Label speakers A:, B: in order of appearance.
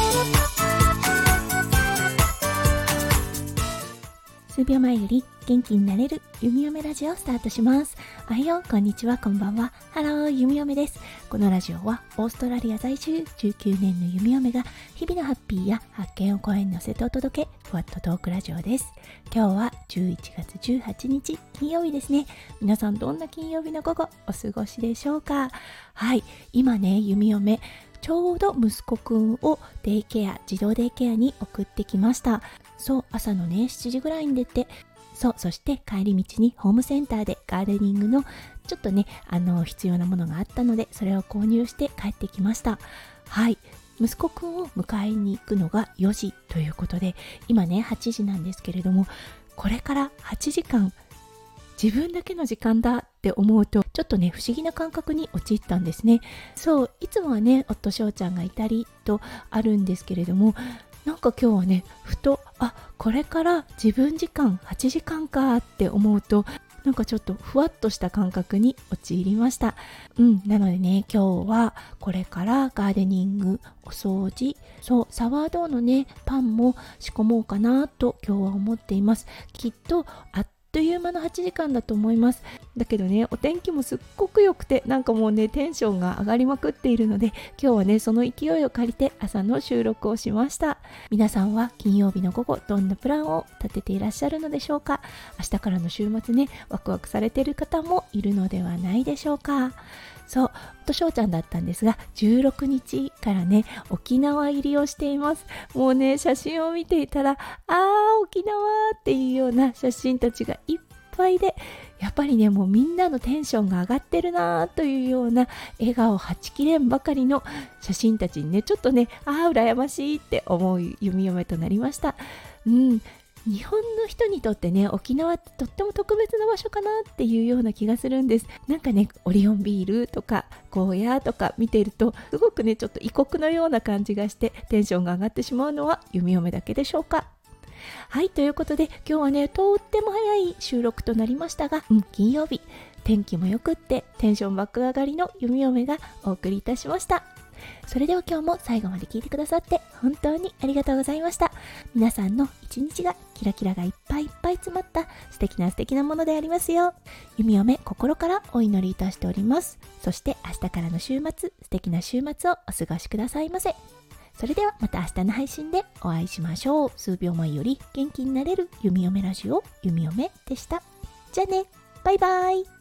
A: 数秒前より元気になれる弓嫁ラジオをスタートします。おはよう、こんにちは、こんばんは。ハロー、弓嫁です。このラジオはオーストラリア在住19年の弓嫁が日々のハッピーや発見を声に乗せてお届け、ふわっとトークラジオです。今日は11月18日金曜日ですね。皆さんどんな金曜日の午後お過ごしでしょうか。はい、今ね、弓嫁ちょうど息子くんをデイケア、児童デイケアに送ってきました。そう、朝のね7時ぐらいに出て、そして帰り道にホームセンターでガーデニングのちょっとね必要なものがあったので、それを購入して帰ってきました。はい、息子くんを迎えに行くのが4時ということで、今ね8時なんですけれども、これから8時間自分だけの時間だって思うと、ちょっとね不思議な感覚に陥ったんですね。そう、いつもはね夫翔ちゃんがいたりとあるんですけれども、なんか今日はねふとこれから自分時間8時間かって思うと、なんかちょっとふわっとした感覚に陥りました。なのでね、今日はこれからガーデニング、お掃除、サワードーのねパンも仕込もうかなと今日は思っています。きっとあっという間の8時間だと思います。だけどね、お天気もすっごく良くて、なんかもうねテンションが上がりまくっているので、今日はねその勢いを借りて朝の収録をしました。皆さんは金曜日の午後どんなプランを立てていらっしゃるのでしょうか。明日からの週末ね、ワクワクされている方もいるのではないでしょうか。そう、翔ちゃんだったんですが、16日からね沖縄入りをしています。もうね写真を見ていたら、沖縄っていうような写真たちがいっぱいで、やっぱりねもうみんなのテンションが上がってるなというような笑顔はちきれんばかりの写真たちにね、ちょっとね羨ましいって思う弓嫁となりました。日本の人にとってね、沖縄ってとっても特別な場所かなっていうような気がするんです。なんかね、オリオンビールとかゴーヤーとか見ていると、すごくねちょっと異国のような感じがしてテンションが上がってしまうのは弓嫁だけでしょうか。はい、ということで今日はねとっても早い収録となりましたが、金曜日天気もよくってテンション爆上がりの弓嫁がお送りいたしました。それでは今日も最後まで聞いてくださって本当にありがとうございました。皆さんの一日がキラキラがいっぱいいっぱい詰まった素敵なものでありますよう、弓嫁心からお祈りいたしております。そして明日からの週末、素敵な週末をお過ごしくださいませ。それではまた明日の配信でお会いしましょう。数秒前より元気になれる弓嫁ラジオ、弓嫁でした。じゃあね、バイバイ。